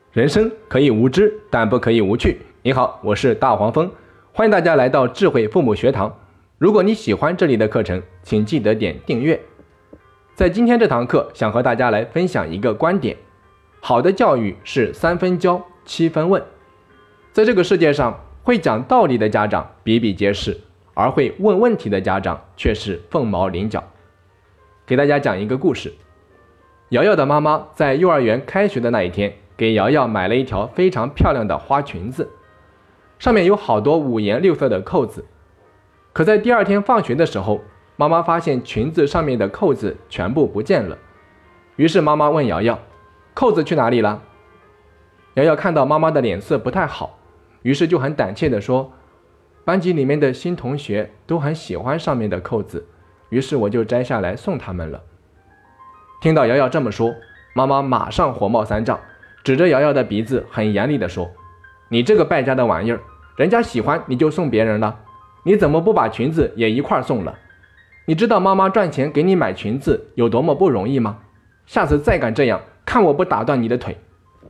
人生可以无知，但不可以无趣。你好，我是大黄蜂，欢迎大家来到智慧父母学堂。如果你喜欢这里的课程，请记得点订阅。在今天这堂课，想和大家来分享一个观点：好的教育是3分教7分问。在这个世界上，会讲道理的家长比比皆是，而会问问题的家长却是凤毛麟角。给大家讲一个故事。瑶瑶的妈妈在幼儿园开学的那一天，给瑶瑶买了一条非常漂亮的花裙子，上面有好多5颜6色的扣子。可在第2天放学的时候，妈妈发现裙子上面的扣子全部不见了。于是妈妈问瑶瑶：扣子去哪里了？瑶瑶看到妈妈的脸色不太好，于是就很胆怯地说：班级里面的新同学都很喜欢上面的扣子，于是我就摘下来送他们了。听到瑶瑶这么说，妈妈马上火冒三丈，指着瑶瑶的鼻子很严厉地说：你这个败家的玩意儿，人家喜欢你就送别人了，你怎么不把裙子也一块送了？你知道妈妈赚钱给你买裙子有多么不容易吗？下次再敢这样，看我不打断你的腿。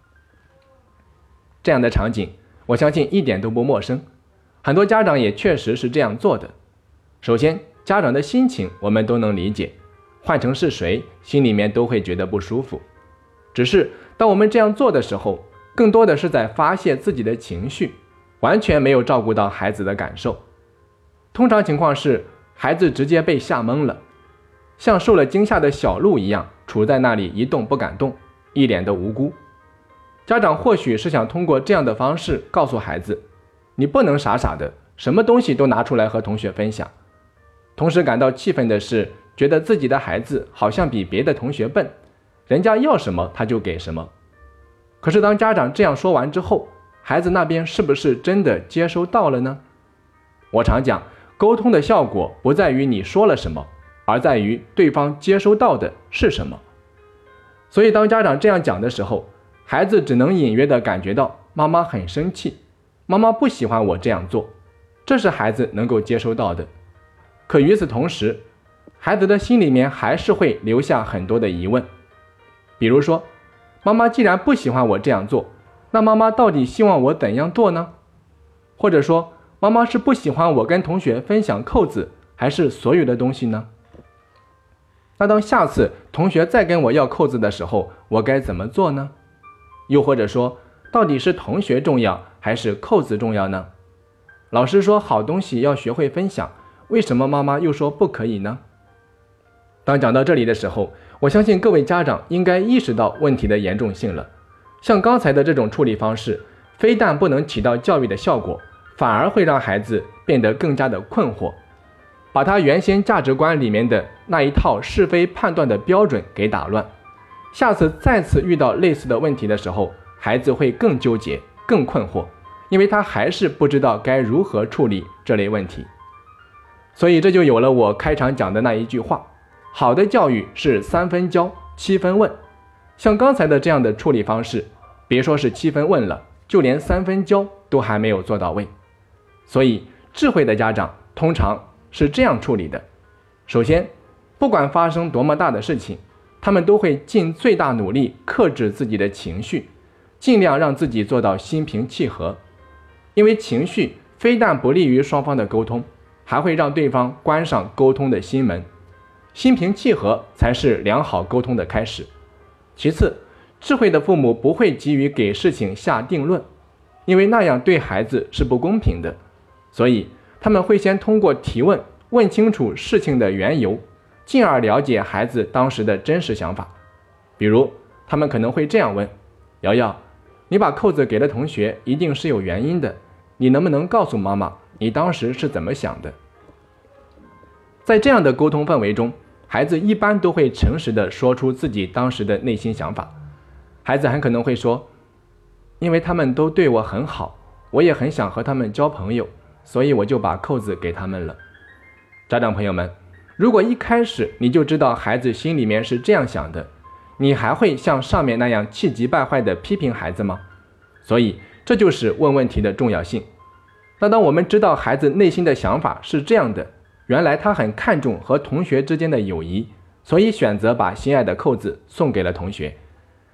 这样的场景我相信一点都不陌生，很多家长也确实是这样做的。首先，家长的心情我们都能理解，换成是谁，心里面都会觉得不舒服。只是当我们这样做的时候，更多的是在发泄自己的情绪，完全没有照顾到孩子的感受。通常情况是，孩子直接被吓懵了，像受了惊吓的小鹿一样，处在那里一动不敢动，一脸的无辜。家长或许是想通过这样的方式告诉孩子，你不能傻傻的什么东西都拿出来和同学分享。同时感到气愤的是，觉得自己的孩子好像比别的同学笨，人家要什么他就给什么。可是当家长这样说完之后，孩子那边是不是真的接收到了呢？我常讲，沟通的效果不在于你说了什么，而在于对方接收到的是什么。所以当家长这样讲的时候，孩子只能隐约地感觉到妈妈很生气，妈妈不喜欢我这样做，这是孩子能够接收到的。可与此同时，孩子的心里面还是会留下很多的疑问。比如说，妈妈既然不喜欢我这样做，那妈妈到底希望我怎样做呢？或者说，妈妈是不喜欢我跟同学分享扣子，还是所有的东西呢？那当下次同学再跟我要扣子的时候，我该怎么做呢？又或者说，到底是同学重要还是扣子重要呢？老师说好东西要学会分享，为什么妈妈又说不可以呢？当讲到这里的时候，我相信各位家长应该意识到问题的严重性了。像刚才的这种处理方式，非但不能起到教育的效果，反而会让孩子变得更加的困惑，把他原先价值观里面的那一套是非判断的标准给打乱。下次再次遇到类似的问题的时候，孩子会更纠结、更困惑，因为他还是不知道该如何处理这类问题。所以这就有了我开场讲的那一句话：好的教育是3分教7分问。像刚才的这样的处理方式，别说是7分问了，就连3分教都还没有做到位。所以智慧的家长通常是这样处理的：首先，不管发生多么大的事情，他们都会尽最大努力克制自己的情绪，尽量让自己做到心平气和。因为情绪非但不利于双方的沟通，还会让对方关上沟通的心门。心平气和才是良好沟通的开始。其次，智慧的父母不会急于给事情下定论，因为那样对孩子是不公平的。所以他们会先通过提问，问清楚事情的缘由，进而了解孩子当时的真实想法。比如他们可能会这样问：瑶瑶，你把扣子给了同学一定是有原因的，你能不能告诉妈妈你当时是怎么想的？在这样的沟通氛围中，孩子一般都会诚实地说出自己当时的内心想法。孩子很可能会说：因为他们都对我很好，我也很想和他们交朋友，所以我就把扣子给他们了。家长朋友们，如果一开始你就知道孩子心里面是这样想的，你还会像上面那样气急败坏地批评孩子吗？所以这就是问问题的重要性。那当我们知道孩子内心的想法是这样的，原来他很看重和同学之间的友谊，所以选择把心爱的扣子送给了同学，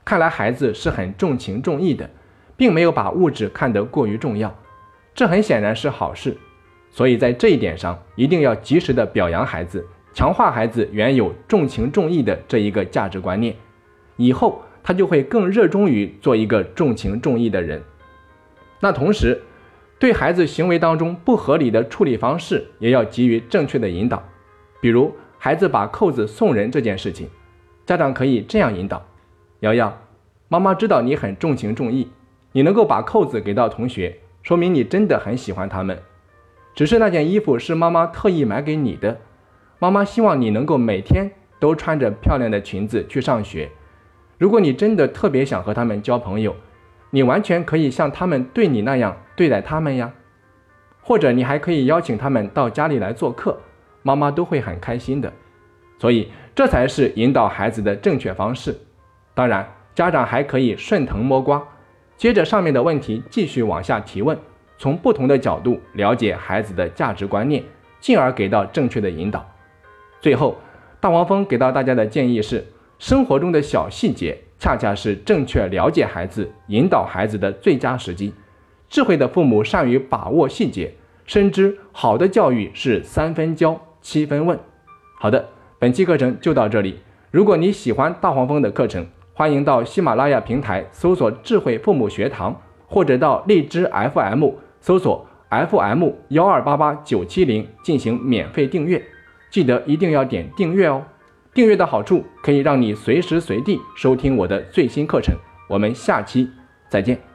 看来孩子是很重情重义的，并没有把物质看得过于重要，这很显然是好事。所以在这一点上，一定要及时的表扬孩子，强化孩子原有重情重义的这一个价值观念，以后他就会更热衷于做一个重情重义的人。那同时，对孩子行为当中不合理的处理方式也要给予正确的引导。比如孩子把扣子送人这件事情，家长可以这样引导：瑶瑶，妈妈知道你很重情重义，你能够把扣子给到同学，说明你真的很喜欢他们。只是那件衣服是妈妈特意买给你的，妈妈希望你能够每天都穿着漂亮的裙子去上学。如果你真的特别想和他们交朋友，你完全可以像他们对你那样对待他们呀。或者你还可以邀请他们到家里来做客，妈妈都会很开心的。所以这才是引导孩子的正确方式。当然，家长还可以顺藤摸瓜，接着上面的问题继续往下提问，从不同的角度了解孩子的价值观念，进而给到正确的引导。最后，大黄蜂给到大家的建议是，生活中的小细节恰恰是正确了解孩子、引导孩子的最佳时机。智慧的父母善于把握细节，深知好的教育是3分教7分问。好的，本期课程就到这里。如果你喜欢大黄蜂的课程，欢迎到喜马拉雅平台搜索智慧父母学堂，或者到荔枝 FM 搜索 FM1288970进行免费订阅。记得一定要点订阅哦。订阅的好处可以让你随时随地收听我的最新课程。我们下期再见。